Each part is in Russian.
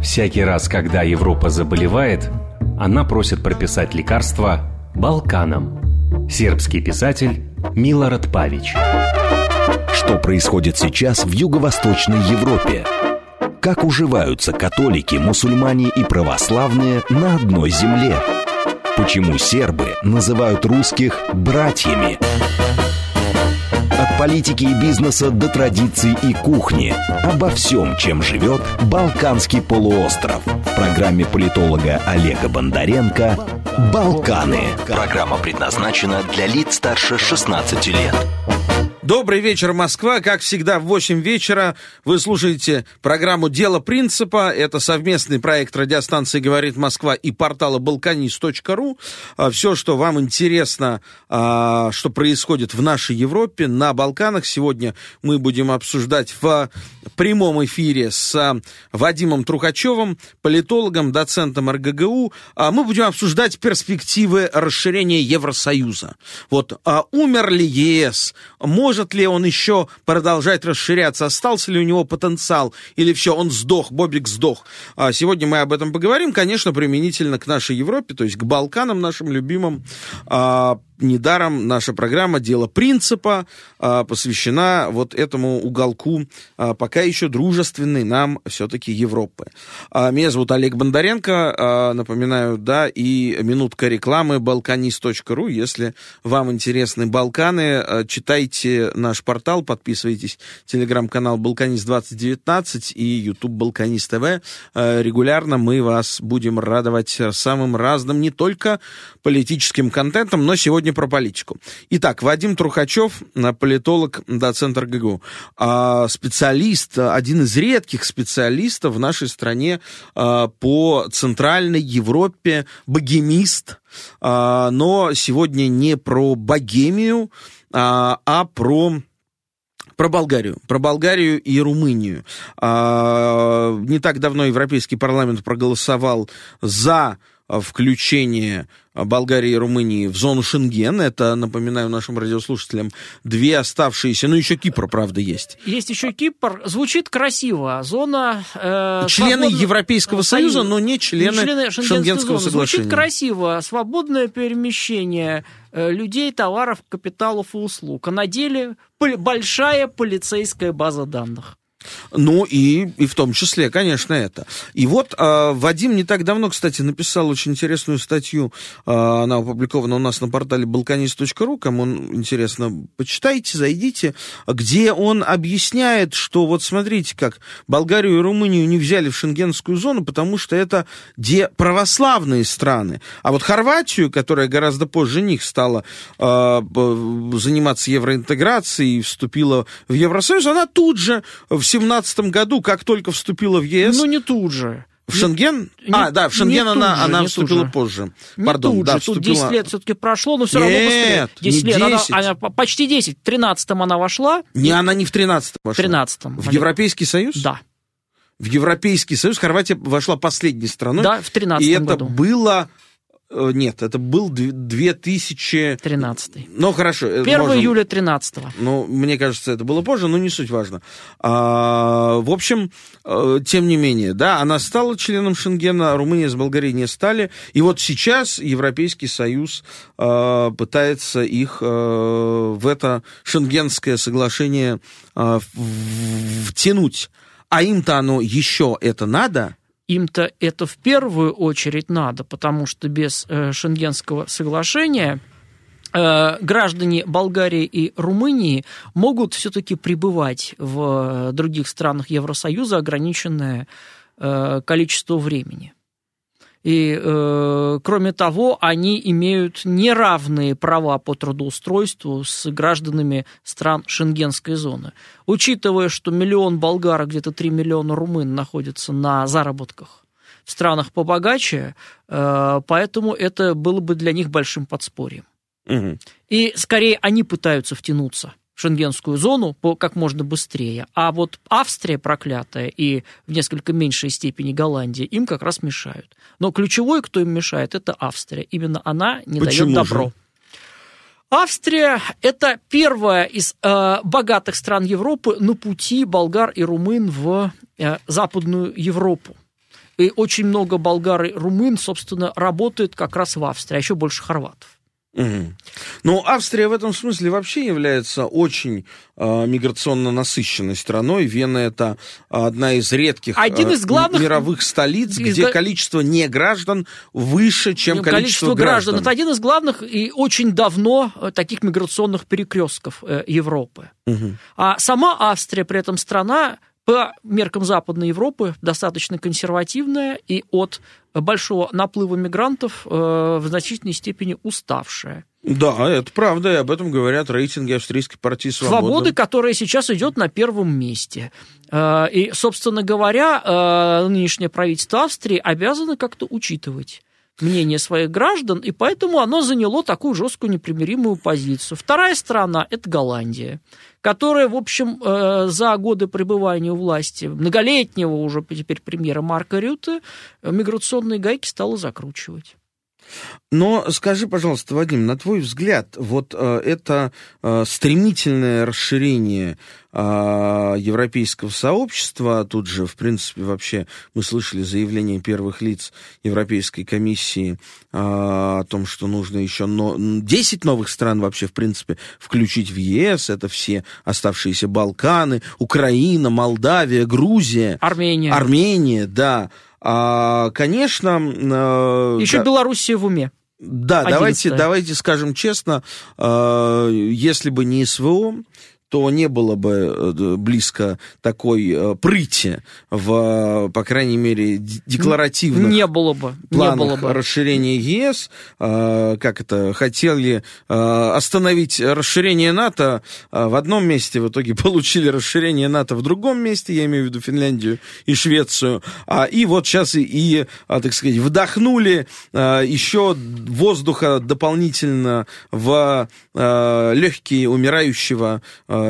Всякий раз, когда Европа заболевает, она просит прописать лекарства Балканам. Сербский писатель Милорад Павич. Что происходит сейчас в Юго-Восточной Европе? Как уживаются католики, мусульмане и православные на одной земле? Почему сербы называют русских братьями? От политики и бизнеса до традиций и кухни. Обо всем, чем живет Балканский полуостров. В программе политолога Олега Бондаренко «Балканы». Программа предназначена для лиц старше 16 лет. Добрый вечер, Москва. Как всегда, в 8 вечера вы слушаете программу «Дело принципа». Это совместный проект радиостанции «Говорит Москва» и портала balkanist.ru. Все, что вам интересно, что происходит в нашей Европе, на Балканах, сегодня мы будем обсуждать в прямом эфире с Вадимом Трухачевым, политологом, доцентом РГГУ. Мы будем обсуждать перспективы расширения Евросоюза. Вот, умер ли ЕС? Может ли он еще продолжать расширяться? Остался ли у него потенциал? Или все, он сдох, Бобик сдох? Сегодня мы об этом поговорим, конечно, применительно к нашей Европе, то есть к Балканам, нашим любимым. Недаром наша программа «Дело принципа» посвящена вот этому уголку, пока еще дружественной нам все-таки Европы. Меня зовут Олег Бондаренко, напоминаю, да, и минутка рекламы balkanist.ru. Если вам интересны Балканы, читайте наш портал, подписывайтесь, телеграм-канал Балканист 2019 и YouTube Балканист ТВ. Регулярно мы вас будем радовать самым разным, не только политическим контентом, но сегодня про политику. Итак, Вадим Трухачев, политолог, доцент РГГУ, специалист, один из редких специалистов в нашей стране по Центральной Европе, богемист, но сегодня не про Богемию, а про Болгарию и Румынию. Не так давно Европейский парламент проголосовал за включение Болгарии и Румынии в зону Шенген. Это, напоминаю нашим радиослушателям, две оставшиеся, ну еще Кипр, правда, есть. Есть еще Кипр. Звучит красиво. Зона... члены Европейского Союза, но не члены Шенгенского соглашения. Звучит красиво. Свободное перемещение людей, товаров, капиталов и услуг. А на деле большая полицейская база данных. Ну, и в том числе, конечно, это. И вот Вадим не так давно, кстати, написал очень интересную статью, она опубликована у нас на портале balkanist.ru, кому интересно, почитайте, зайдите, где он объясняет, что вот смотрите, как Болгарию и Румынию не взяли в шенгенскую зону, потому что это православные страны. А вот Хорватию, которая гораздо позже них стала заниматься евроинтеграцией и вступила в Евросоюз, она тут же в 2017 году, как только вступила в ЕС... Ну, не тут же. В Шенген? В Шенген она вступила позже. Пардон, да, тут 10 лет все-таки прошло, но все равно быстрее. 10 лет. 10. Она почти 10. В 13-м она вошла. Она не в 13-м вошла. В 13-м. В Европейский Союз? Да. В Европейский Союз Хорватия вошла последней страной. Да, в 13-м году. И это было... Нет, это был 2013. Ну, хорошо. 1 июля 13-го. Ну, мне кажется, это было позже, но не суть важно. В общем, тем не менее, да, она стала членом Шенгена, Румыния с Болгарией не стали. И вот сейчас Европейский Союз пытается их в это Шенгенское соглашение втянуть. А им-то оно еще это надо? Им-то это в первую очередь надо, потому что без Шенгенского соглашения граждане Болгарии и Румынии могут все-таки пребывать в других странах Евросоюза ограниченное количество времени. И, кроме того, они имеют неравные права по трудоустройству с гражданами стран Шенгенской зоны. Учитывая, что 1 миллион болгар, где-то 3 миллиона румын находятся на заработках в странах побогаче, поэтому это было бы для них большим подспорьем. Угу. И скорее они пытаются втянуться в шенгенскую зону как можно быстрее. А вот Австрия проклятая и в несколько меньшей степени Голландия им как раз мешают. Но ключевой, кто им мешает, это Австрия. Именно она не дает добро. Австрия – это первая из богатых стран Европы на пути болгар и румын в Западную Европу. И очень много болгар и румын, собственно, работает как раз в Австрии, а еще больше хорватов. Угу. Ну, Австрия в этом смысле вообще является очень миграционно насыщенной страной. Вена — это одна из редких мировых столиц, где количество неграждан выше, чем количество граждан. Это один из главных и очень давно таких миграционных перекрестков Европы. Угу. А сама Австрия при этом страна, по меркам Западной Европы, достаточно консервативная и от большого наплыва мигрантов в значительной степени уставшая. Да, это правда, и об этом говорят рейтинги Австрийской партии «Свобода». «Свободы», которая сейчас идет на первом месте. И, собственно говоря, нынешнее правительство Австрии обязано как-то учитывать мнение своих граждан, и поэтому оно заняло такую жесткую непримиримую позицию. Вторая страна – это Голландия, которая, в общем, за годы пребывания у власти многолетнего уже теперь премьера Марка Рютте миграционные гайки стала закручивать. Но скажи, пожалуйста, Вадим, на твой взгляд, вот это стремительное расширение европейского сообщества, тут же, в принципе, вообще мы слышали заявление первых лиц Европейской комиссии о том, что нужно еще 10 новых стран вообще, в принципе, включить в ЕС, это все оставшиеся Балканы, Украина, Молдавия, Грузия. Армения, да. Конечно... Еще да. Белоруссия в уме. Да, давайте скажем честно, если бы не СВО, то не было бы близко такой прыти в, по крайней мере, декларативных планах расширения ЕС. Как это, хотели остановить расширение НАТО в одном месте, в итоге получили расширение НАТО в другом месте, я имею в виду Финляндию и Швецию. И вот сейчас так сказать, вдохнули еще воздуха дополнительно в легкие умирающего,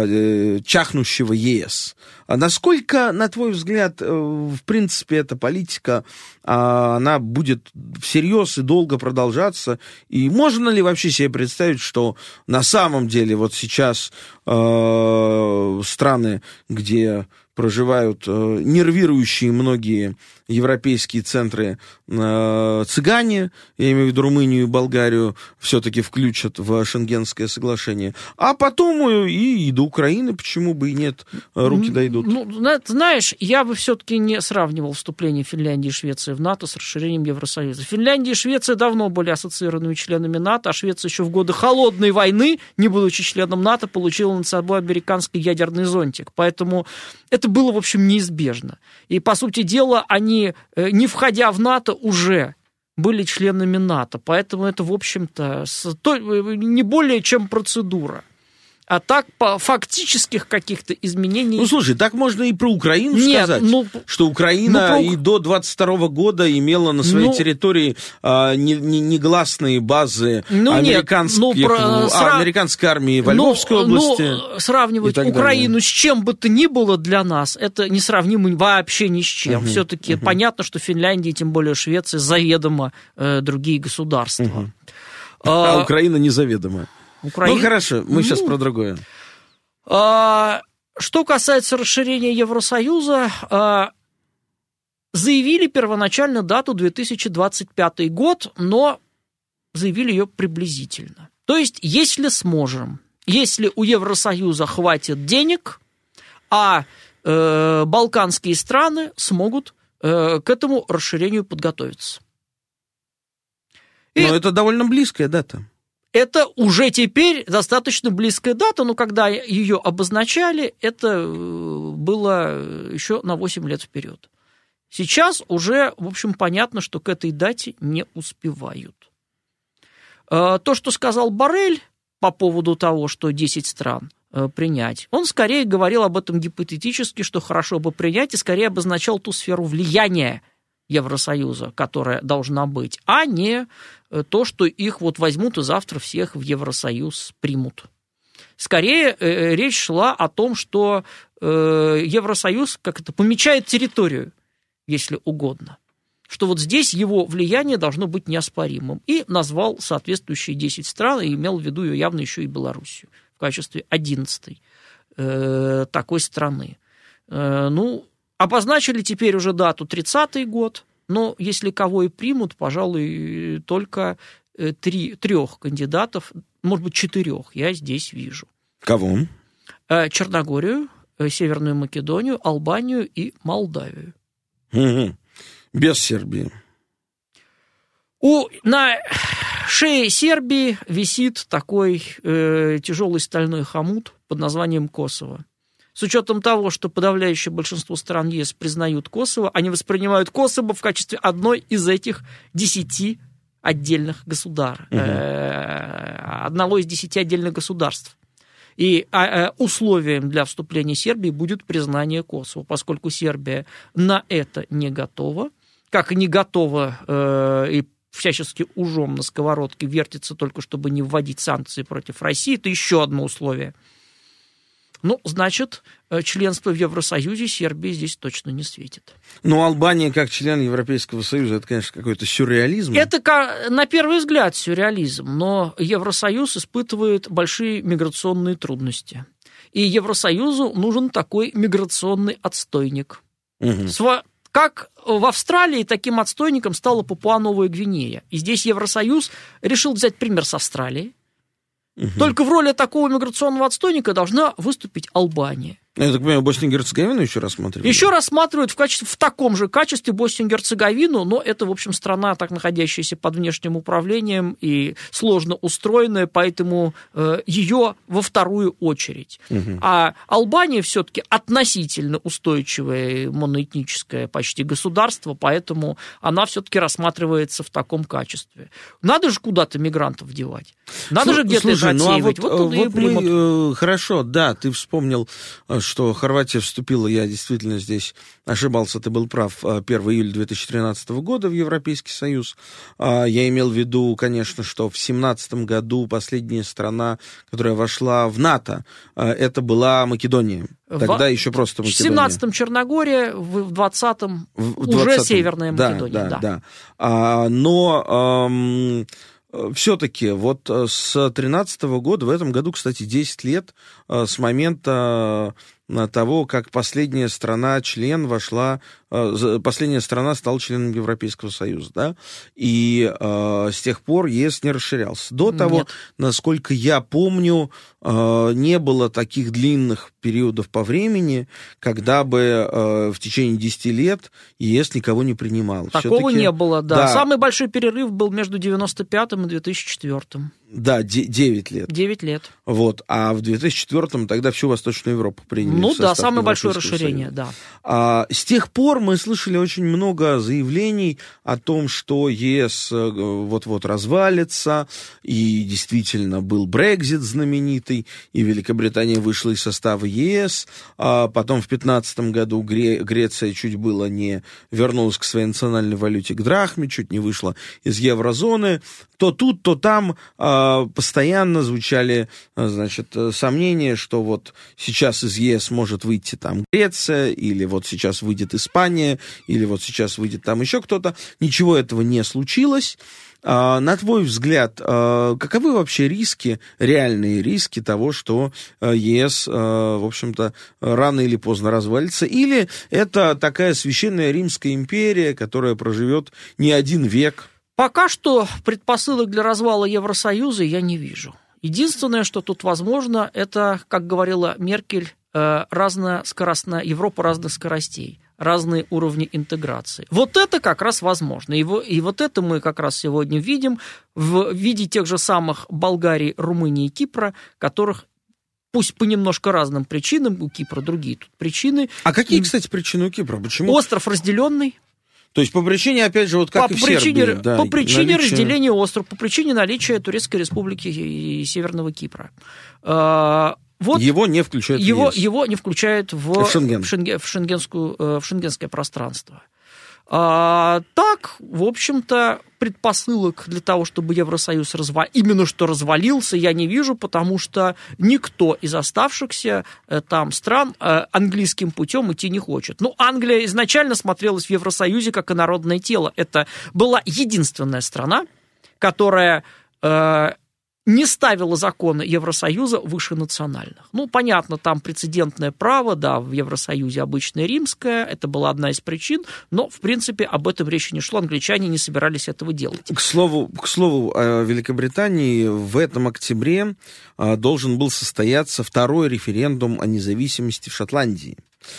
чахнущего ЕС. А насколько, на твой взгляд, в принципе, эта политика, она будет всерьез и долго продолжаться? И можно ли вообще себе представить, что на самом деле вот сейчас страны, где проживают нервирующие многие европейские центры цыгане, я имею в виду Румынию и Болгарию, все-таки включат в Шенгенское соглашение. А потом и до Украины, почему бы и нет, руки дойдут. Ну, знаешь, я бы все-таки не сравнивал вступление Финляндии и Швеции в НАТО с расширением Евросоюза. Финляндия и Швеция давно были ассоциированными членами НАТО, а Швеция еще в годы холодной войны, не будучи членом НАТО, получила над собой американский ядерный зонтик. Поэтому это было, в общем, неизбежно. И, по сути дела, они, не входя в НАТО, уже были членами НАТО. Поэтому это, в общем-то, не более чем процедура. А так, по фактических каких-то изменений... Ну, слушай, так можно и про Украину сказать, что Украина и до 22 года имела на своей территории негласные базы американской армии во Львовской области. Сравнивать Украину с чем бы то ни было для нас, это несравнимо вообще ни с чем. Все-таки понятно, что Финляндия, тем более Швеция, заведомо другие государства. А Украина незаведомая. Ну, хорошо, мы сейчас про другое. Что касается расширения Евросоюза, заявили первоначально дату 2025 год, но заявили ее приблизительно. То есть, если сможем, если у Евросоюза хватит денег, а балканские страны смогут к этому расширению подготовиться. Но это довольно близкая дата. Это уже теперь достаточно близкая дата, но когда ее обозначали, это было еще на 8 лет вперед. Сейчас уже, в общем, понятно, что к этой дате не успевают. То, что сказал Боррель по поводу того, что 10 стран принять, он скорее говорил об этом гипотетически, что хорошо бы принять, и скорее обозначал ту сферу влияния Евросоюза, которая должна быть, а не то, что их вот возьмут и завтра всех в Евросоюз примут. Скорее речь шла о том, что Евросоюз помечает территорию, если угодно, что вот здесь его влияние должно быть неоспоримым, и назвал соответствующие 10 стран, и имел в виду явно еще и Белоруссию в качестве 11-й такой страны. Обозначили теперь уже дату 30-й год, но если кого и примут, пожалуй, только трех кандидатов, может быть, 4 я здесь вижу. Кого? Черногорию, Северную Македонию, Албанию и Молдавию. Угу. Без Сербии. На шее Сербии висит такой тяжелый стальной хомут под названием Косово. С учетом того, что подавляющее большинство стран ЕС признают Косово, они воспринимают Косово в качестве одной из этих 10 отдельных государств. Одного из 10 отдельных государств. И условием для вступления Сербии будет признание Косово, поскольку Сербия на это не готова, как и не готова и всячески ужом на сковородке вертится только, чтобы не вводить санкции против России. Это еще одно условие. Ну, значит, членство в Евросоюзе Сербии здесь точно не светит. Но Албания как член Европейского Союза, это, конечно, какой-то сюрреализм. Это, на первый взгляд, сюрреализм, но Евросоюз испытывает большие миграционные трудности. И Евросоюзу нужен такой миграционный отстойник. Угу. Как в Австралии таким отстойником стала Папуа-Новая Гвинея. И здесь Евросоюз решил взять пример с Австралии. Угу. Только в роли такого миграционного отстойника должна выступить Албания. Я так понимаю, Боснию и Герцеговину еще рассматривают? Еще рассматривают в таком же качестве Боснию и Герцеговину, но это, в общем, страна, так находящаяся под внешним управлением и сложно устроенная, поэтому ее во вторую очередь. Угу. А Албания все-таки относительно устойчивое моноэтническое почти государство, поэтому она все-таки рассматривается в таком качестве. Надо же куда-то мигрантов девать. Надо же где-то их отсеивать. Хорошо, да, ты вспомнил, что Хорватия вступила, я действительно здесь ошибался, ты был прав, 1 июля 2013 года в Европейский Союз. Я имел в виду, конечно, что в 2017 году последняя страна, которая вошла в НАТО, это была Македония. Тогда еще просто Македония. В 17-м Черногория, в 20-м уже Северная Македония. Да. Но все-таки вот с 2013 года, в этом году, кстати, 10 лет с момента того, как последняя страна стала членом Европейского Союза, да, и с тех пор ЕС не расширялся. До того, насколько я помню, не было таких длинных периодов по времени, когда бы в течение 10 лет ЕС никого не принимал. Такого не было, да. Самый большой перерыв был между 95-м и 2004-м. Да, 9 лет. 9 лет. Вот, а в 2004-м тогда всю Восточную Европу приняли. Ну да, самое большое расширение, да. С тех пор мы слышали очень много заявлений о том, что ЕС вот-вот развалится, и действительно был Брексит знаменитый, и Великобритания вышла из состава ЕС, а потом в 2015 году Греция чуть было не вернулась к своей национальной валюте, к драхме, чуть не вышла из еврозоны. То тут, то там постоянно звучали, значит, сомнения, что вот сейчас из ЕС может выйти там Греция, или вот сейчас выйдет Испания, или вот сейчас выйдет там еще кто-то. Ничего этого не случилось. На твой взгляд, каковы вообще риски, реальные риски того, что ЕС, в общем-то, рано или поздно развалится? Или это такая священная Римская империя, которая проживет не один век? Пока что предпосылок для развала Евросоюза я не вижу. Единственное, что тут возможно, это, как говорила Меркель, разноскоростная Европа разных скоростей, разные уровни интеграции. Вот это как раз возможно. И вот это мы как раз сегодня видим в виде тех же самых Болгарии, Румынии и Кипра, которых пусть по немножко разным причинам, у Кипра другие тут причины. А какие, кстати, причины у Кипра? Почему? Остров разделенный. То есть по причине, опять же, вот как и в Сербии. Да, по причине разделения острова, по причине наличия Турецкой Республики и Северного Кипра. Вот его не включают в ЕС. Его не включают в шенгенское пространство. Так, в общем-то, предпосылок для того, чтобы Евросоюз именно что развалился, я не вижу, потому что никто из оставшихся там стран английским путем идти не хочет. Ну, Англия изначально смотрелась в Евросоюзе как инородное тело. Это была единственная страна, которая не ставила законы Евросоюза выше национальных. Ну, понятно, там прецедентное право, да, в Евросоюзе обычное римское, это была одна из причин, но, в принципе, об этом речи не шло, англичане не собирались этого делать. К слову, о Великобритании, в этом октябре должен был состояться второй референдум о независимости в Шотландии.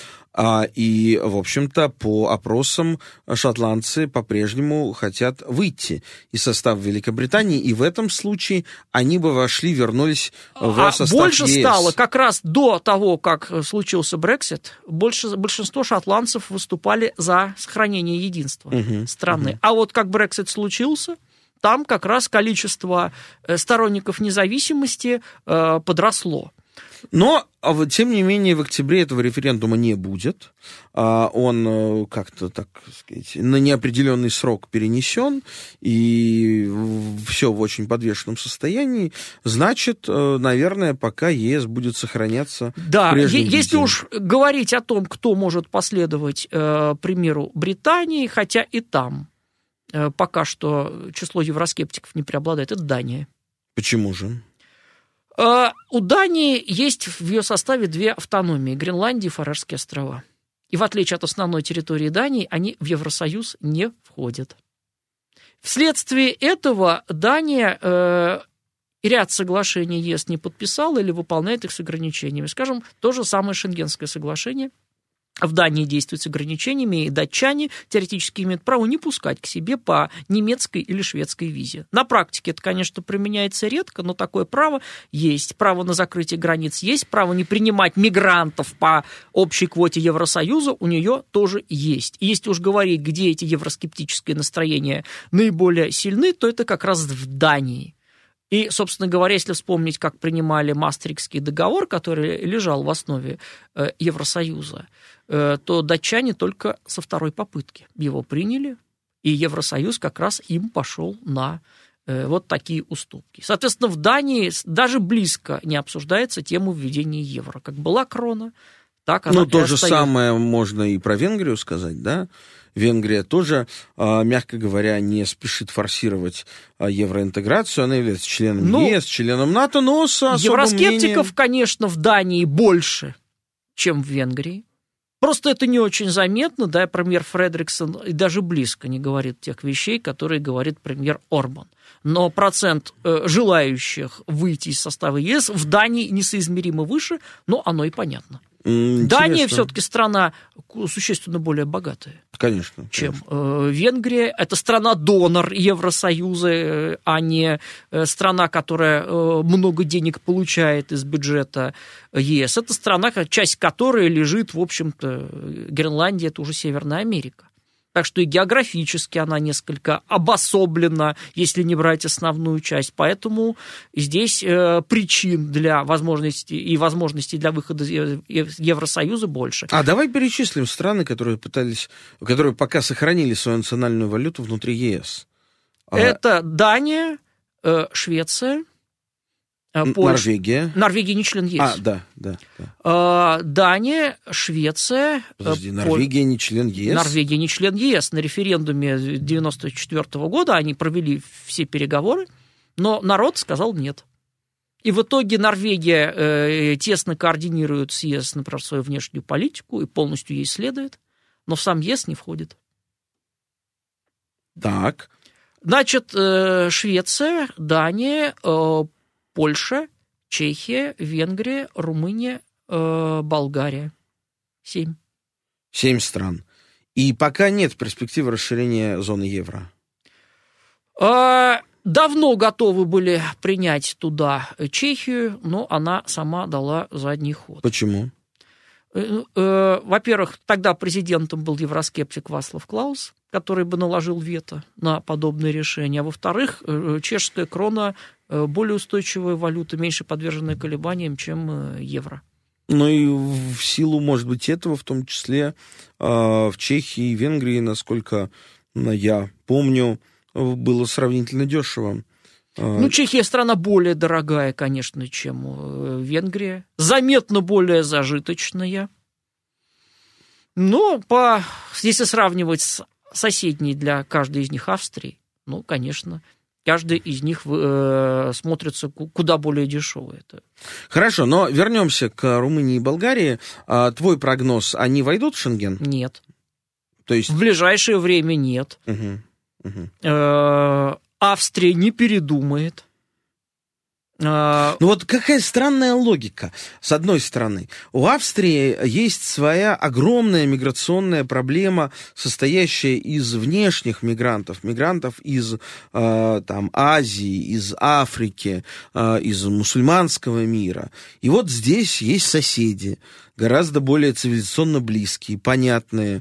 И, в общем-то, по опросам шотландцы по-прежнему хотят выйти из состава Великобритании, и в этом случае они бы вернулись в состав больше ЕС. стало как раз до того, как случился Брексит, большинство шотландцев выступали за сохранение единства страны. А вот как Брексит случился, там как раз количество сторонников независимости подросло. Но, тем не менее, в октябре этого референдума не будет. Он как-то, так сказать, на неопределенный срок перенесен, и все в очень подвешенном состоянии. Значит, наверное, пока ЕС будет сохраняться в прежнем виде. Если уж говорить о том, кто может последовать примеру Британии, хотя и там пока что число евроскептиков не преобладает, это Дания. Почему же? У Дании есть в ее составе две автономии – Гренландия и Фарерские острова. И в отличие от основной территории Дании, они в Евросоюз не входят. Вследствие этого Дания ряд соглашений ЕС не подписала или выполняет их с ограничениями. Скажем, то же самое Шенгенское соглашение. В Дании действует с ограничениями, и датчане теоретически имеют право не пускать к себе по немецкой или шведской визе. На практике это, конечно, применяется редко, но такое право есть. Право на закрытие границ есть, право не принимать мигрантов по общей квоте Евросоюза у нее тоже есть. И если уж говорить, где эти евроскептические настроения наиболее сильны, то это как раз в Дании. И, собственно говоря, если вспомнить, как принимали Маастрихтский договор, который лежал в основе Евросоюза, то датчане только со второй попытки его приняли, и Евросоюз как раз им пошел на вот такие уступки. Соответственно, в Дании даже близко не обсуждается тема введения евро. Как была крона, так она и остается. То же самое можно и про Венгрию сказать, да? Венгрия тоже, мягко говоря, не спешит форсировать евроинтеграцию. Она является членом ЕС, членом НАТО, но с особым евроскептиков, конечно, в Дании больше, чем в Венгрии. Просто это не очень заметно, да, премьер Фредериксон и даже близко не говорит тех вещей, которые говорит премьер Орбан. Но процент желающих выйти из состава ЕС в Дании несоизмеримо выше, но оно и понятно. Интересно. Дания все-таки страна существенно более богатая, конечно, чем Венгрия. Это страна-донор Евросоюза, а не страна, которая много денег получает из бюджета ЕС. Это страна, часть которой лежит, в общем-то, Гренландия, это уже Северная Америка. Так что и географически она несколько обособлена, если не брать основную часть. Поэтому здесь причин для возможностей для выхода из Евросоюза больше. А давай перечислим страны, которые пока сохранили свою национальную валюту внутри ЕС. Это Дания, Швеция, Польша. Норвегия. Норвегия не член ЕС. Да. Дания, Швеция. Подожди, Норвегия не член ЕС? Норвегия не член ЕС. На референдуме 1994 года они провели все переговоры, но народ сказал нет. И в итоге Норвегия тесно координирует с ЕС, например, свою внешнюю политику и полностью ей следует, но в сам ЕС не входит. Так. Значит, Швеция, Дания, Польша, Чехия, Венгрия, Румыния, Болгария. 7. 7 стран. И пока нет перспективы расширения зоны евро. Давно готовы были принять туда Чехию, но она сама дала задний ход. Почему? Во-первых, тогда президентом был евроскептик Вацлав Клаус, который бы наложил вето на подобные решения. А во-вторых, чешская крона более устойчивая валюта, меньше подверженная колебаниям, чем евро. Ну и в силу, может быть, этого, в том числе в Чехии и Венгрии, насколько я помню, было сравнительно дешево. Ну, Чехия страна более дорогая, конечно, чем Венгрия. Заметно более зажиточная. Но если сравнивать с соседней для каждой из них Австрией, ну, конечно, каждый из них смотрится куда более дешевый. Хорошо, но вернемся к Румынии и Болгарии. Твой прогноз, они войдут в Шенген? Нет. То есть... В ближайшее время нет. Австрия не передумает. Ну вот какая странная логика. С одной стороны, у Австрии есть своя огромная миграционная проблема, состоящая из внешних мигрантов из Азии, из Африки, из мусульманского мира. И вот здесь есть соседи, гораздо более цивилизационно близкие, понятные.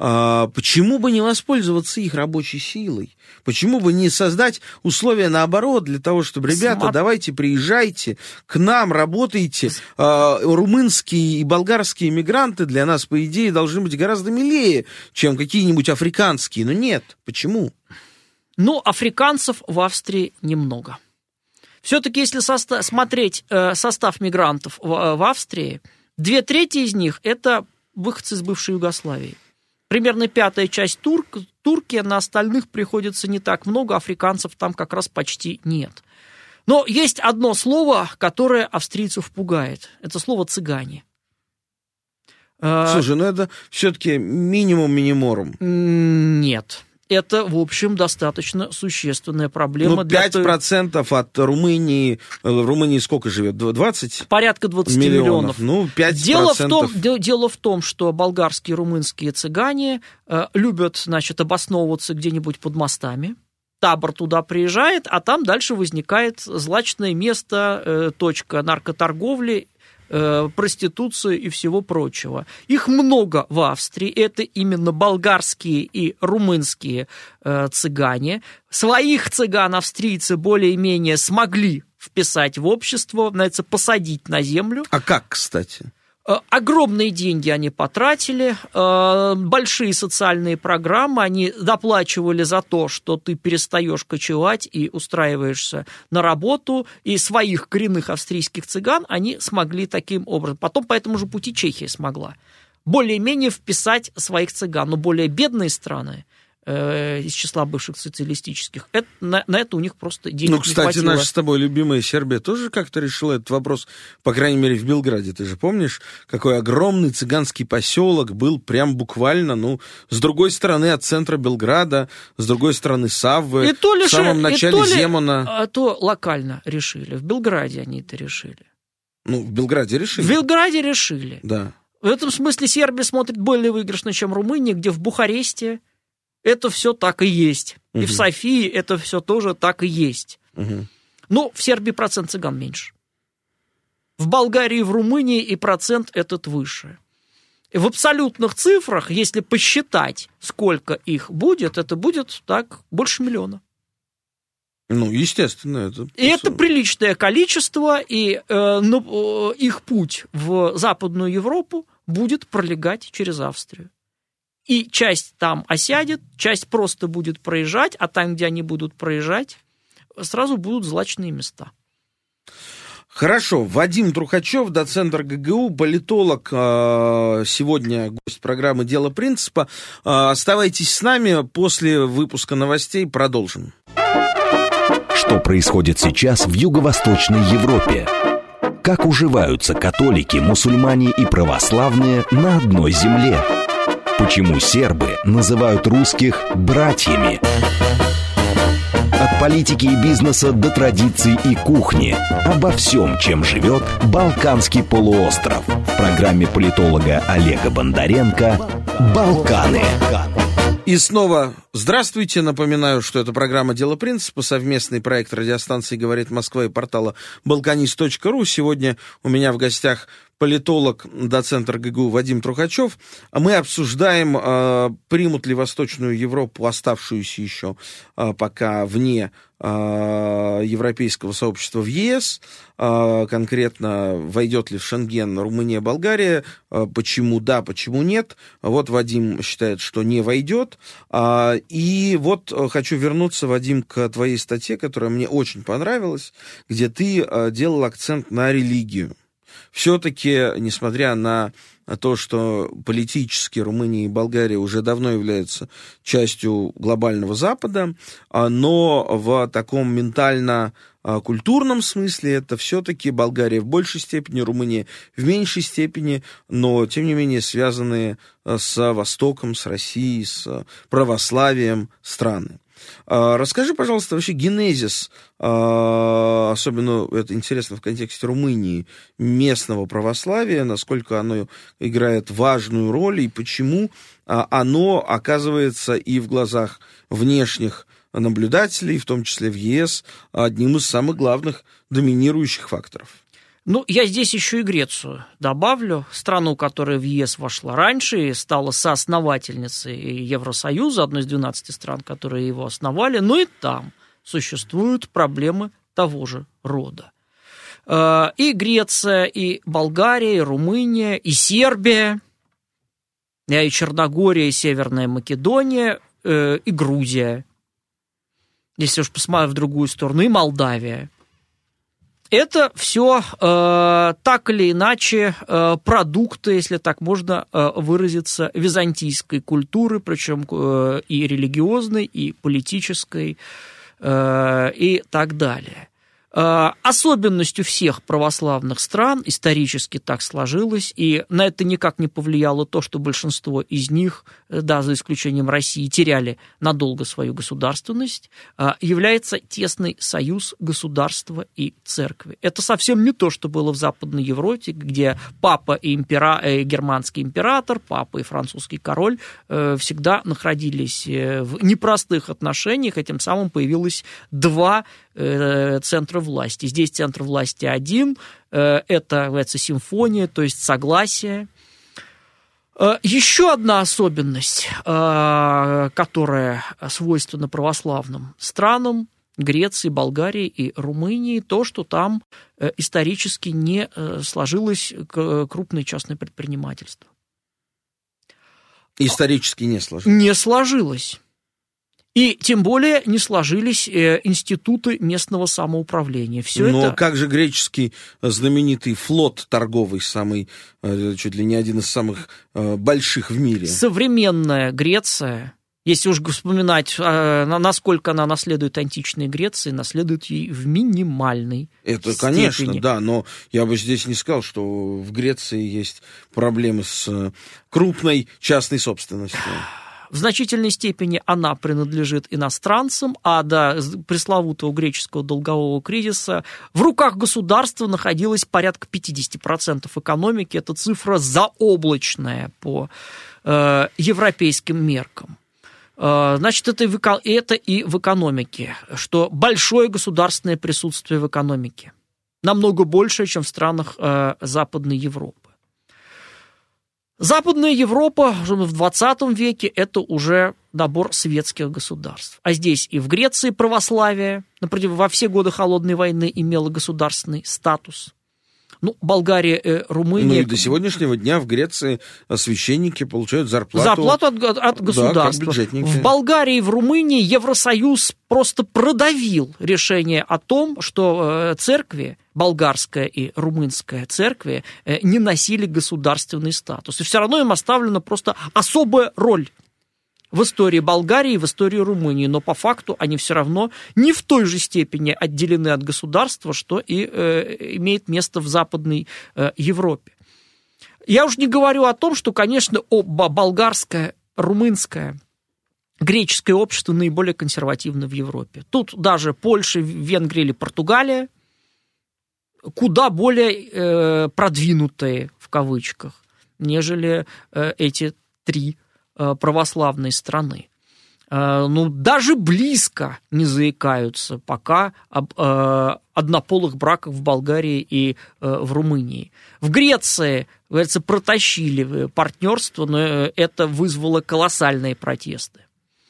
Почему бы не воспользоваться их рабочей силой? Почему бы не создать условия наоборот для того, чтобы, ребята, давайте приезжайте к нам, работайте. Румынские и болгарские мигранты для нас, по идее, должны быть гораздо милее, чем какие-нибудь африканские. Но нет. Почему? Ну, африканцев в Австрии немного. Все-таки, если смотреть состав мигрантов в Австрии, 2/3 из них – это выходцы из бывшей Югославии. Примерно 1/5 часть Турки, на остальных приходится не так много, африканцев там как раз почти нет. Но есть одно слово, которое австрийцев пугает. Это слово «цыгане». Слушай, ну это все-таки минимум миниморум. Нет. Это, в общем, достаточно существенная проблема. 5% от Румынии. В Румынии сколько живет? 20? Порядка 20 миллионов. Ну, 5%. Дело в том, что болгарские и румынские цыгане любят, значит, обосновываться где-нибудь под мостами. Табор туда приезжает, а там дальше возникает злачное место, точка наркоторговли, проституции и всего прочего. Их много в Австрии, это именно болгарские и румынские цыгане. Своих цыган австрийцы более-менее смогли вписать в общество, посадить на землю. А как, кстати? Огромные деньги они потратили, большие социальные программы, они доплачивали за то, что ты перестаешь кочевать и устраиваешься на работу, и своих коренных австрийских цыган они смогли таким образом. Потом по этому же пути Чехия смогла более-менее вписать своих цыган, но более бедные страны из числа бывших социалистических, на это у них просто денег не хватило. Ну, кстати, наша с тобой любимая Сербия тоже как-то решила этот вопрос, по крайней мере, в Белграде. Ты же помнишь, какой огромный цыганский поселок был прям буквально, с другой стороны от центра Белграда, с другой стороны Саввы, в самом начале Земуна. То локально решили, в Белграде они это решили. Ну, в Белграде решили? В Белграде решили. Да. В этом смысле Сербия смотрит более выигрышно, чем Румыния, где в Бухаресте это все так и есть. И в Софии это все тоже так и есть. Но в Сербии процент цыган меньше. В Болгарии и в Румынии и процент этот выше. И в абсолютных цифрах, если посчитать, сколько их будет, это будет так больше миллиона. Ну, естественно. Это приличное количество, и их путь в Западную Европу будет пролегать через Австрию. И часть там осядет, часть просто будет проезжать, а там, где они будут проезжать, сразу будут злачные места. Хорошо. Вадим Трухачев, доцент РГГУ, политолог, сегодня гость программы «Дело принципа». Оставайтесь с нами, после выпуска новостей продолжим. Что происходит сейчас в Юго-Восточной Европе? Как уживаются католики, мусульмане и православные на одной земле? Почему сербы называют русских братьями? От политики и бизнеса до традиций и кухни. Обо всем, чем живет Балканский полуостров. В программе политолога Олега Бондаренко «Балканы». И снова здравствуйте. Напоминаю, что это программа «Дело принципа», совместный проект радиостанции «Говорит Москва» и портала balkanist.ru. Сегодня у меня в гостях политолог, доцент РГГУ Вадим Трухачев. Мы обсуждаем, примут ли Восточную Европу, оставшуюся еще пока вне европейского сообщества, в ЕС, конкретно войдет ли в Шенген Румыния, Болгария, почему да, почему нет. Вот Вадим считает, что не войдет. И вот хочу вернуться, Вадим, к твоей статье, которая мне очень понравилась, где ты делал акцент на религию. Все-таки, несмотря на то, что политически Румыния и Болгария уже давно являются частью глобального Запада, но в таком ментально-культурном смысле это все-таки Болгария в большей степени, Румыния в меньшей степени, но, тем не менее, связанные с Востоком, с Россией, с православием страны. Расскажи, пожалуйста, вообще генезис, особенно это интересно в контексте Румынии, местного православия, насколько оно играет важную роль и почему оно оказывается и в глазах внешних наблюдателей, в том числе в ЕС, одним из самых главных доминирующих факторов. Ну, я здесь еще и Грецию добавлю, страну, которая в ЕС вошла раньше и стала соосновательницей Евросоюза, одной из 12 стран, которые его основали, но и там существуют проблемы того же рода. И Греция, и Болгария, и Румыния, и Сербия, и Черногория, и Северная Македония, и Грузия, если уж посмотреть в другую сторону, и Молдавия. Это все так или иначе продукты, если так можно выразиться, византийской культуры, причем и религиозной, и политической, и так далее. Особенностью всех православных стран, исторически так сложилось, и на это никак не повлияло то, что большинство из них, да, за исключением России, теряли надолго свою государственность, является тесный союз государства и церкви. Это совсем не то, что было в Западной Европе, где папа и германский император, папа и французский король всегда находились в непростых отношениях, и тем самым появилось два центра власти. Здесь центр власти один, это называется симфония, то есть согласие. Еще одна особенность, которая свойственна православным странам, Греции, Болгарии и Румынии, то, что там исторически не сложилось крупное частное предпринимательство. Исторически не сложилось? Не сложилось. И тем более не сложились институты местного самоуправления. Но как же греческий знаменитый флот торговый, самый, чуть ли не один из самых больших в мире? Современная Греция, если уж вспоминать, насколько она наследует античной Греции, наследует ей в минимальной Это, степени. конечно, да, но я бы здесь не сказал, что в Греции есть проблемы с крупной частной собственностью. В значительной степени она принадлежит иностранцам, а до пресловутого греческого долгового кризиса в руках государства находилось порядка 50% экономики. Это цифра заоблачная по европейским меркам. Значит, это и в экономике, что большое государственное присутствие в экономике. Намного больше, чем в странах Западной Европы. Западная Европа в 20 веке – это уже набор светских государств. А здесь и в Греции православие, например, во все годы Холодной войны имело государственный статус. Ну, Болгария, Румыния... Ну и до сегодняшнего дня в Греции священники получают зарплату от государства. Да, как в Болгарии и в Румынии Евросоюз просто продавил решение о том, что церкви, болгарская и румынская церкви, не носили государственный статус. И все равно им оставлена просто особая роль в истории Болгарии и в истории Румынии, но по факту они все равно не в той же степени отделены от государства, что и имеет место в Западной Европе. Я уж не говорю о том, что, конечно, болгарское, румынское, греческое общество наиболее консервативно в Европе. Тут даже Польша, Венгрия или Португалия куда более продвинутые, в кавычках, нежели эти три православной страны. Ну, даже близко не заикаются пока об однополых браках в Болгарии и в Румынии. В Греции, говорится, протащили партнерство, но это вызвало колоссальные протесты.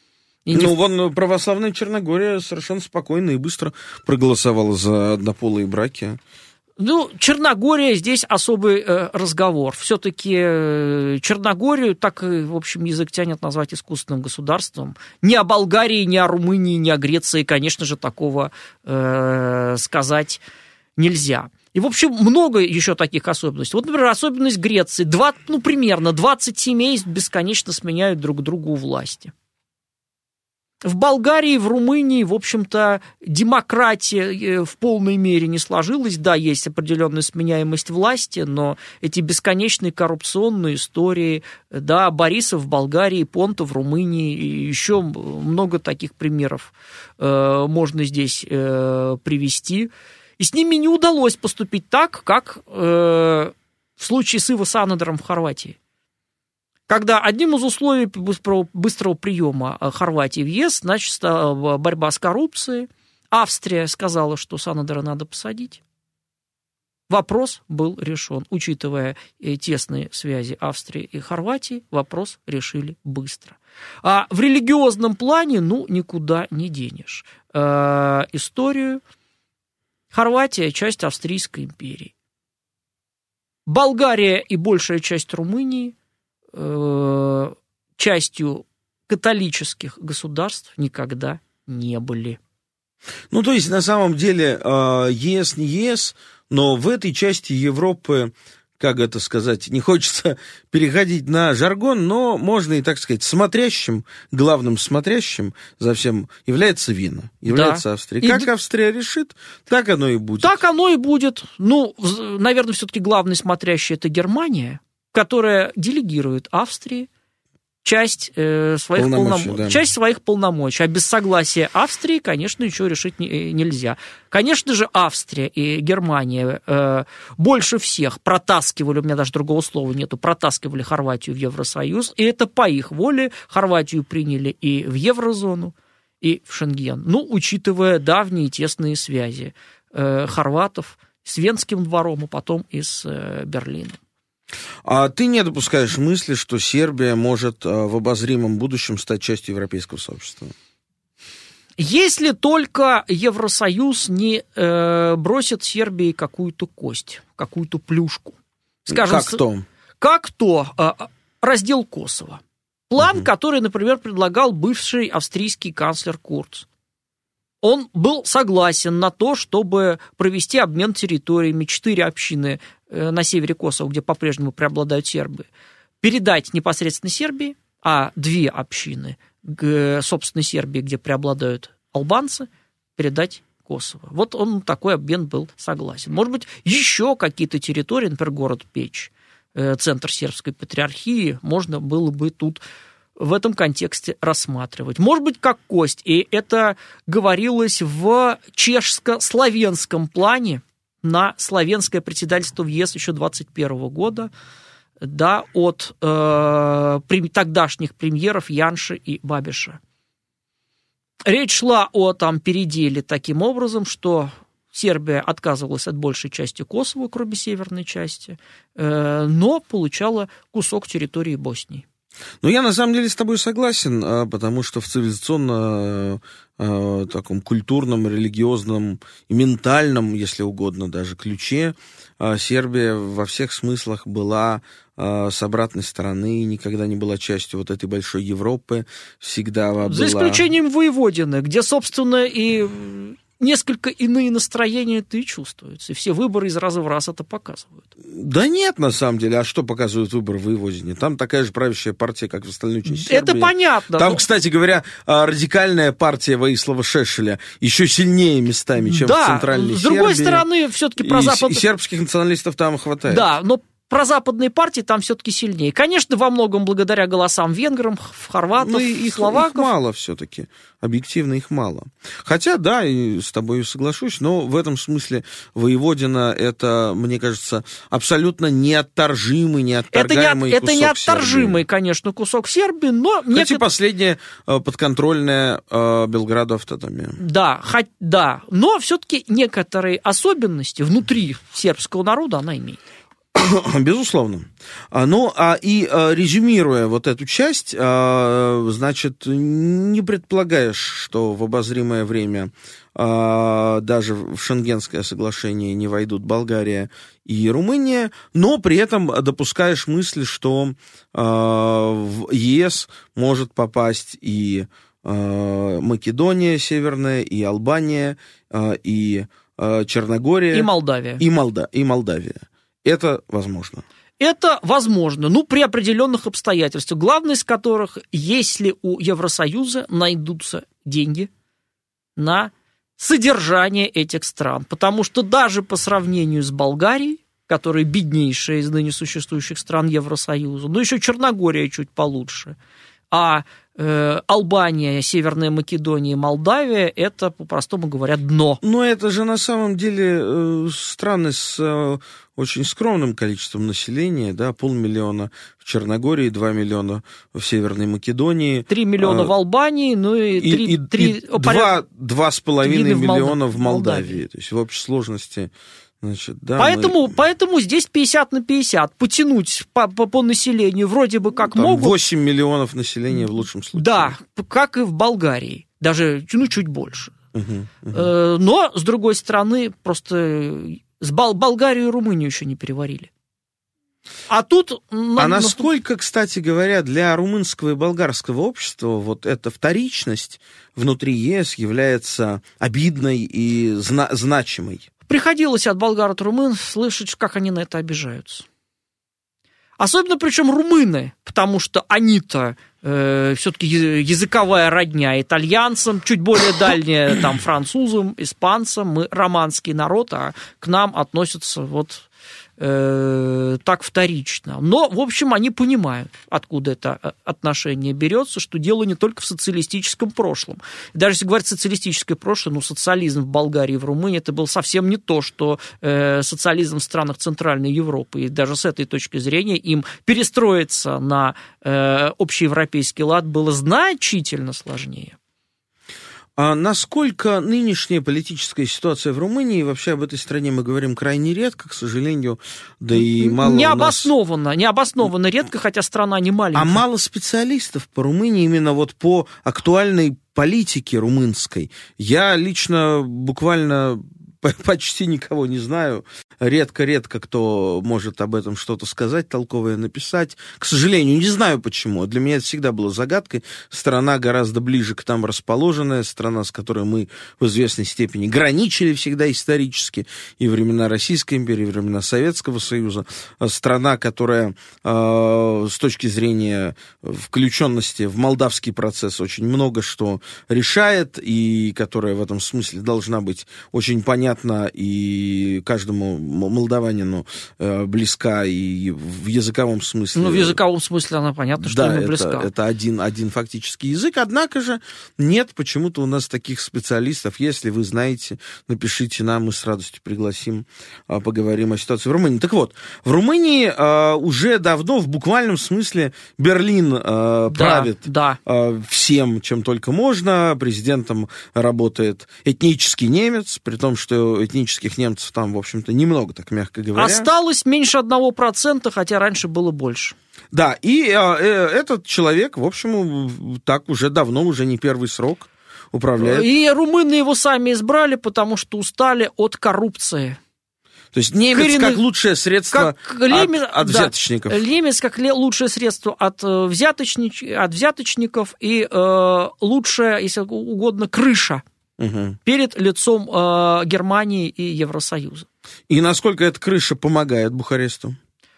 Вон православная Черногория совершенно спокойно и быстро проголосовала за однополые браки. Ну, Черногория здесь особый разговор. Все-таки Черногорию так, в общем, язык тянет назвать искусственным государством. Ни о Болгарии, ни о Румынии, ни о Греции, конечно же, такого сказать нельзя. И, в общем, много еще таких особенностей. Вот, например, особенность Греции. Примерно 20 семейств бесконечно сменяют друг другу у власти. В Болгарии, в Румынии, в общем-то, демократия в полной мере не сложилась. Да, есть определенная сменяемость власти, но эти бесконечные коррупционные истории, да, Бориса в Болгарии, Понта в Румынии, и еще много таких примеров можно здесь привести. И с ними не удалось поступить так, как в случае с Иво Санадером в Хорватии. Когда одним из условий быстрого приема Хорватии в ЕС, значит, стала борьба с коррупцией. Австрия сказала, что Санадера надо посадить. Вопрос был решен. Учитывая тесные связи Австрии и Хорватии, вопрос решили быстро. А в религиозном плане, никуда не денешь. Историю. Хорватия – часть Австрийской империи. Болгария и большая часть Румынии частью католических государств никогда не были. То есть, на самом деле, ЕС не ЕС, но в этой части Европы, как это сказать, не хочется переходить на жаргон, но можно и так сказать, главным смотрящим за всем является Вена, является Австрия. Как Австрия решит, так оно и будет. Так оно и будет. Наверное, все-таки главный смотрящий – это Германия, которая делегирует Австрии часть своих полномочий. А без согласия Австрии, конечно, ничего решить нельзя. Конечно же, Австрия и Германия больше всех протаскивали, у меня даже другого слова нету, протаскивали Хорватию в Евросоюз, и это по их воле Хорватию приняли и в еврозону, и в Шенген. Учитывая давние тесные связи хорватов с Венским двором, а потом и с Берлином. А ты не допускаешь мысли, что Сербия может в обозримом будущем стать частью европейского сообщества? Если только Евросоюз не бросит Сербии какую-то кость, какую-то плюшку. Скажем, как то раздел Косово. План, который, например, предлагал бывший австрийский канцлер Курц. Он был согласен на то, чтобы провести обмен территориями, 4 общины на севере Косово, где по-прежнему преобладают сербы, передать непосредственно Сербии, а 2 общины, собственно, Сербии, где преобладают албанцы, передать Косово. Вот он такой обмен был согласен. Может быть, еще какие-то территории, например, город Печ, центр сербской патриархии, можно было бы тут в этом контексте рассматривать. Может быть, как кость. И это говорилось в чешско-славянском плане на славянское председательство в ЕС еще 2021 года, да, от тогдашних премьеров Янши и Бабиша. Речь шла о переделе таким образом, что Сербия отказывалась от большей части Косово, кроме северной части, но получала кусок территории Боснии. Я на самом деле с тобой согласен, потому что в цивилизационно таком культурном, религиозном и ментальном, если угодно, даже ключе Сербия во всех смыслах была с обратной стороны, никогда не была частью вот этой большой Европы, всегда была... За исключением Воеводины, где, собственно, и несколько иные настроения-то и чувствуются. И все выборы из раза в раз это показывают. Да нет, на самом деле. А что показывают выборы в Воеводине? Там такая же правящая партия, как в остальной части Сербии. Это понятно. Там, кстати говоря, радикальная партия Воислава Шешеля еще сильнее местами, чем в Центральной Сербии. С другой стороны, все-таки про Запад... И сербских националистов там хватает. Да, но прозападные партии там все-таки сильнее. Конечно, во многом благодаря голосам венграм, хорватов, словаков. Их мало все-таки. Объективно их мало. Хотя, да, и с тобой соглашусь, но в этом смысле Воеводина это, мне кажется, абсолютно неотторжимый, неотторгаемый кусок Сербии. Это неотторжимый, конечно, кусок Сербии, но... Хотя последняя подконтрольная Белграду автономия. Да, но все-таки некоторые особенности внутри сербского народа она имеет. Безусловно. Резюмируя вот эту часть, значит, не предполагаешь, что в обозримое время даже в Шенгенское соглашение не войдут Болгария и Румыния, но при этом допускаешь мысль, что в ЕС может попасть и Македония Северная, и Албания, и Черногория. И Молдавия. И Молдавия. Это возможно. Это возможно, при определенных обстоятельствах, главное из которых, если у Евросоюза найдутся деньги на содержание этих стран. Потому что даже по сравнению с Болгарией, которая беднейшая из ныне существующих стран Евросоюза, еще Черногория чуть получше, а Албания, Северная Македония и Молдавия – это, по-простому говоря, дно. Но это же на самом деле страны с очень скромным количеством населения, да, 500 000 в Черногории, 2 миллиона в Северной Македонии. 3 миллиона в Албании, и 2,5 миллиона в Молдавии. То есть в общей сложности... Значит, да, поэтому здесь 50 на 50. Потянуть по населению вроде бы как могут. 8 миллионов населения в лучшем случае. Да, как и в Болгарии. Даже чуть больше. Но, с другой стороны, просто Болгарию и Румынию еще не переварили. А тут... насколько, кстати говоря, для румынского и болгарского общества вот эта вторичность внутри ЕС является обидной и значимой? Приходилось от болгар, от румын слышать, как они на это обижаются. Особенно, причем, румыны, потому что они-то все-таки языковая родня итальянцам, чуть более дальняя там, французам, испанцам. Мы романский народ, а к нам относятся так вторично. Но, в общем, они понимают, откуда это отношение берется, что дело не только в социалистическом прошлом. Даже если говорить социалистическое прошлое, социализм в Болгарии и в Румынии это было совсем не то, что социализм в странах Центральной Европы. И даже с этой точки зрения им перестроиться на общеевропейский лад было значительно сложнее. А насколько нынешняя политическая ситуация в Румынии, вообще об этой стране мы говорим крайне редко, к сожалению, да и мало необоснованно редко, хотя страна не маленькая. А мало специалистов по Румынии именно по актуальной политике румынской. Я лично буквально почти никого не знаю. Редко-редко кто может об этом что-то сказать, толковое написать. К сожалению, не знаю почему. Для меня это всегда было загадкой. Страна гораздо ближе к нам расположенная, страна, с которой мы в известной степени граничили всегда исторически, и времена Российской империи, и времена Советского Союза. Страна, которая с точки зрения включенности в молдавский процесс очень много что решает, и которая в этом смысле должна быть очень понятна и каждому молдаванину близка и в языковом смысле. В языковом смысле она понятна, что ему близка. Это один фактический язык, однако же нет почему-то у нас таких специалистов. Если вы знаете, напишите нам, мы с радостью пригласим, поговорим о ситуации в Румынии. Так вот, в Румынии уже давно в буквальном смысле Берлин правит всем, чем только можно. Президентом работает этнический немец, при том, что этнических немцев там, в общем-то, немного, так мягко говоря. Осталось меньше 1%, хотя раньше было больше. Да, и этот человек, в общем, так уже давно, уже не первый срок управляет. И румыны его сами избрали, потому что устали от коррупции. То есть немец как лучшее средство от взяточников. Немец как лучшее средство от взяточников и лучшая, если угодно, крыша. Перед лицом Германии и Евросоюза. И насколько эта крыша помогает Бухаресту?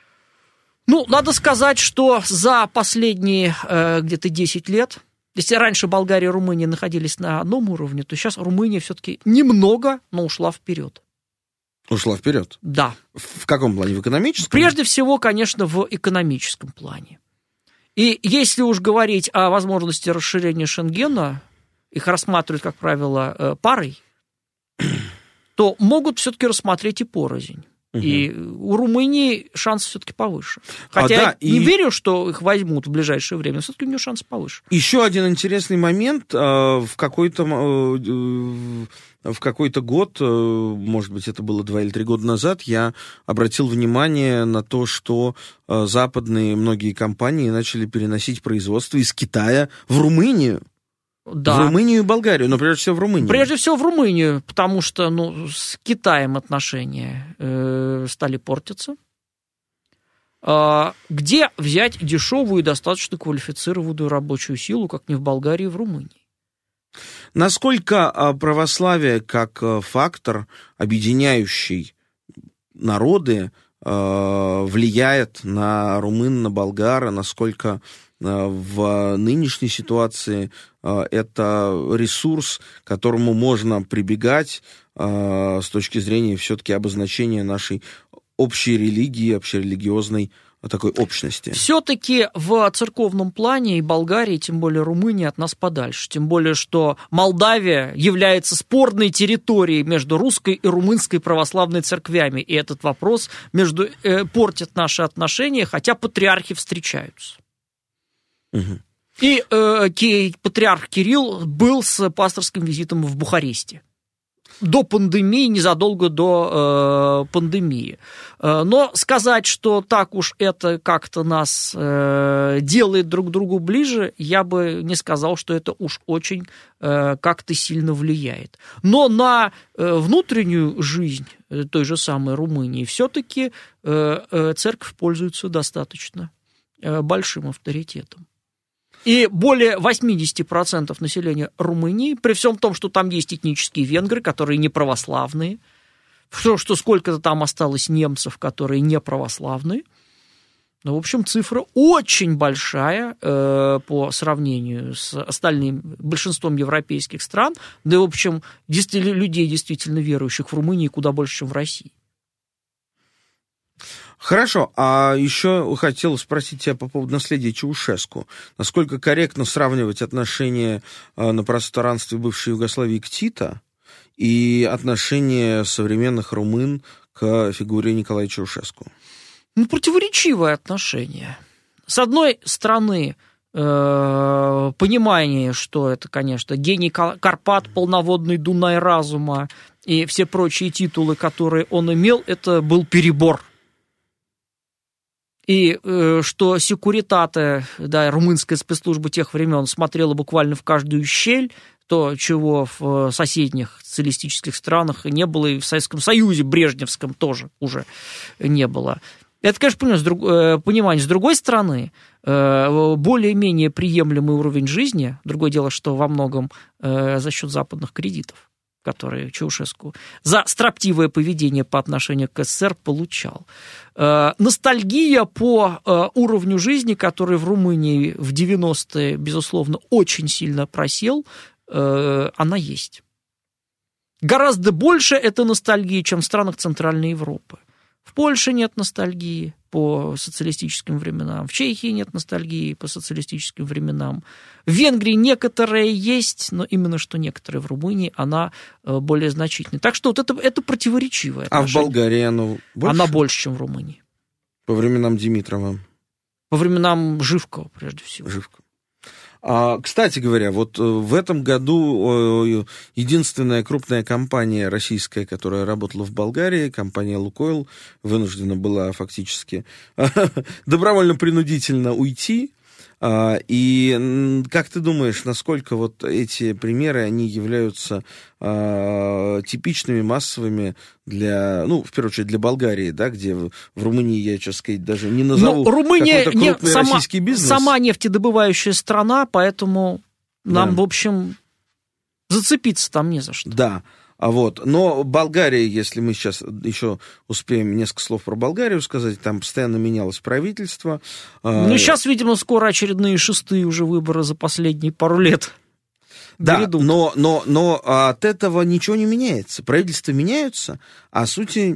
Надо сказать, что за последние где-то 10 лет, если раньше Болгария и Румыния находились на одном уровне, то сейчас Румыния все-таки немного, но ушла вперед. Ушла вперед? Да. В каком плане? В экономическом? Прежде всего, конечно, в экономическом плане. И если уж говорить о возможности расширения Шенгена, их рассматривают, как правило, парой, то могут все-таки рассмотреть и порознь. И у Румынии шансы все-таки повыше. Хотя я не верю, что их возьмут в ближайшее время, но все-таки у нее шансы повыше. Еще один интересный момент. В какой-то год, может быть, это было 2 или 3 года назад, я обратил внимание на то, что западные многие компании начали переносить производство из Китая в Румынию. Да. В Румынию и Болгарию, но прежде всего в Румынию. Прежде всего в Румынию, потому что с Китаем отношения стали портиться. Где взять дешевую и достаточно квалифицированную рабочую силу, как не в Болгарии и в Румынии? Насколько православие как фактор, объединяющий народы, влияет на румын, на болгар, насколько в нынешней ситуации это ресурс, к которому можно прибегать с точки зрения все-таки обозначения нашей общей религии, общерелигиозной такой общности. Все-таки в церковном плане и Болгария, и тем более Румыния от нас подальше. Тем более, что Молдавия является спорной территорией между русской и румынской православной церквями. И этот вопрос портит наши отношения, хотя патриархи встречаются. Угу. И патриарх Кирилл был с пасторским визитом в Бухаресте. До пандемии, незадолго до пандемии. Но сказать, что так уж это как-то нас делает друг к другу ближе, я бы не сказал, что это уж очень как-то сильно влияет. Но на внутреннюю жизнь той же самой Румынии все-таки церковь пользуется достаточно большим авторитетом. И более 80% населения Румынии, при всем том, что там есть этнические венгры, которые не православные, что сколько-то там осталось немцев, которые не православные, ну, в общем, цифра очень большая по сравнению с остальным большинством европейских стран, да и, в общем, людей действительно верующих в Румынии куда больше, чем в России. Хорошо, а еще хотел спросить тебя по поводу наследия Чаушеску. Насколько корректно сравнивать отношения на пространстве бывшей Югославии к Тито и отношения современных румын к фигуре Николая Чаушеску? Ну, противоречивое отношение. С одной стороны, понимание, что это, конечно, гений Карпат, полноводный Дунай разума и все прочие титулы, которые он имел, это был перебор. И что Секуритате, да, румынская спецслужба тех времен, смотрела буквально в каждую щель, то, чего в соседних социалистических странах не было, и в Советском Союзе брежневском тоже уже не было. Это, конечно, понимание. С другой стороны, более-менее приемлемый уровень жизни, другое дело, что во многом за счет западных кредитов, которые Чаушеску за строптивое поведение по отношению к СССР получал. Ностальгия по уровню жизни, который в Румынии в 90-е, безусловно, очень сильно просел, она есть. Гораздо больше этой ностальгии, чем в странах Центральной Европы. В Польше нет ностальгии по социалистическим временам, в Чехии нет ностальгии по социалистическим временам, в Венгрии некоторые есть, но именно что некоторые в Румынии, она более значительная. Так что вот это противоречивое отношение. А в Болгарии оно больше? Она больше, чем в Румынии. По временам Димитрова? По временам Живкова, прежде всего. Живкова. Кстати говоря, вот в этом году единственная крупная компания российская, которая работала в Болгарии, компания «Лукойл», вынуждена была фактически добровольно-принудительно уйти. И как ты думаешь, насколько вот эти примеры, они являются типичными, массовыми для, ну, в первую очередь, для Болгарии, да, где в Румынии, я, честно сказать, даже не назову Румыния какой-то крупный российский бизнес. Сама нефтедобывающая страна, поэтому нам, в общем, зацепиться там не за что. Да. Но Болгария, если мы сейчас еще успеем несколько слов про Болгарию сказать, там постоянно менялось правительство. Ну, сейчас, видимо, скоро очередные 6-е уже выборы за последние пару лет. Да, но от этого ничего не меняется. Правительства меняются, а по сути,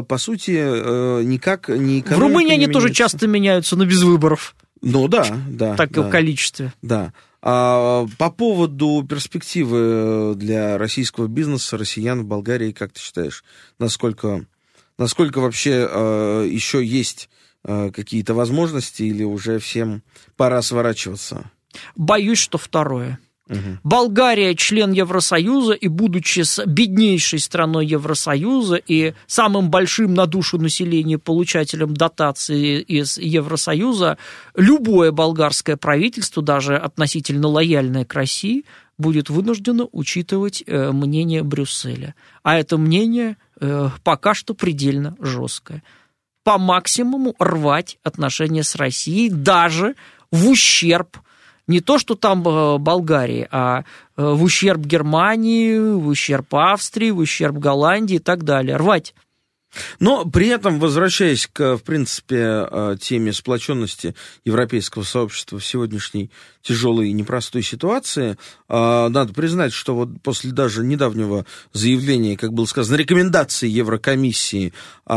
никак не экономика. В Румынии они меняется. тоже часто меняются, но без выборов. Ну да. Так и в количестве. Да. По поводу перспективы для российского бизнеса, россиян в Болгарии, как ты считаешь, насколько вообще еще есть какие-то возможности или уже всем пора сворачиваться? Боюсь, что второе. Угу. Болгария член Евросоюза, и будучи с беднейшей страной Евросоюза и самым большим на душу населения получателем дотации из Евросоюза, любое болгарское правительство, даже относительно лояльное к России, будет вынуждено учитывать мнение Брюсселя. А это мнение пока что предельно жесткое. По максимуму рвать отношения с Россией, даже в ущерб Не то, что там Болгарии, а в ущерб Германии, в ущерб Австрии, в ущерб Голландии и так далее. Рвать. Но при этом, возвращаясь к, в принципе, теме сплоченности европейского сообщества в сегодняшней тяжелой и непростой ситуации, надо признать, что вот после даже недавнего заявления, как было сказано, рекомендации Еврокомиссии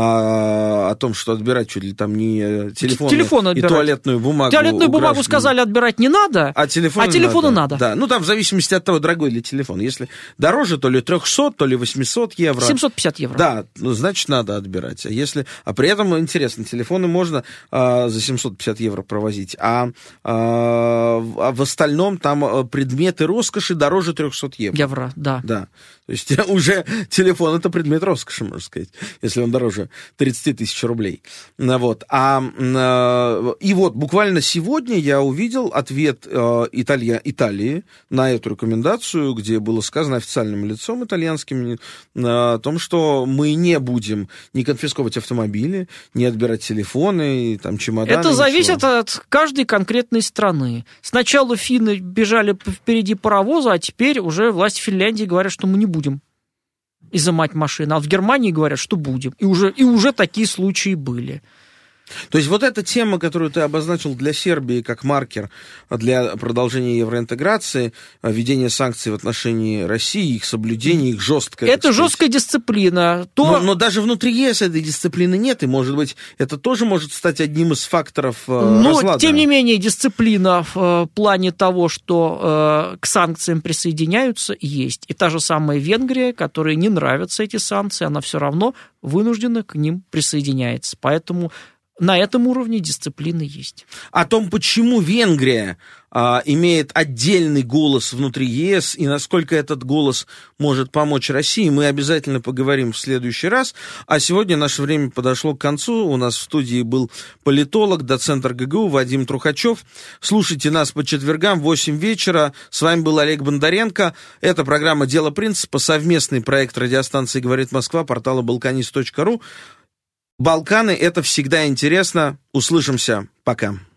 о том, что отбирать чуть ли там не телефоны и туалетную бумагу. Туалетную бумагу сказали, отбирать не надо, а телефоны надо. Да, ну там в зависимости от того, дорогой ли телефон. Если дороже, то ли 300, то ли 800 евро. 750 евро. Да, ну, значит, надо отбирать. А при этом, интересно, телефоны можно за 750 евро провозить, а в остальном там предметы роскоши дороже 300 евро. Евро, да. Да. То есть уже телефон — это предмет роскоши, можно сказать, если он дороже 30 тысяч рублей. Вот. И вот буквально сегодня я увидел ответ Италии на эту рекомендацию, где было сказано официальным лицом итальянским о том, что мы не будем не конфисковывать автомобили, не отбирать телефоны, там, чемоданы. Это зависит от каждой конкретной страны. Сначала финны бежали впереди паровоза, а теперь уже власти Финляндии говорят, что мы не будем изымать машины. А в Германии говорят, что будем. И уже такие случаи были. То есть вот эта тема, которую ты обозначил для Сербии как маркер для продолжения евроинтеграции, введение санкций в отношении России, их соблюдения, их жесткая... Это жесткая дисциплина. Но даже внутри ЕС этой дисциплины нет, и, может быть, это тоже может стать одним из факторов разлада. Но, тем не менее, дисциплина в плане того, что к санкциям присоединяются, есть. И та же самая Венгрия, которой не нравятся эти санкции, она все равно вынуждена к ним присоединяется. Поэтому... На этом уровне дисциплины есть. О том, почему Венгрия имеет отдельный голос внутри ЕС и насколько этот голос может помочь России, мы обязательно поговорим в следующий раз. А сегодня наше время подошло к концу. У нас в студии был политолог, доцент РГГУ Вадим Трухачев. Слушайте нас по четвергам в 8 вечера. С вами был Олег Бондаренко. Это программа «Дело принципа», совместный проект радиостанции «Говорит Москва», портала balkanist.ru. Балканы — это всегда интересно. Услышимся. Пока.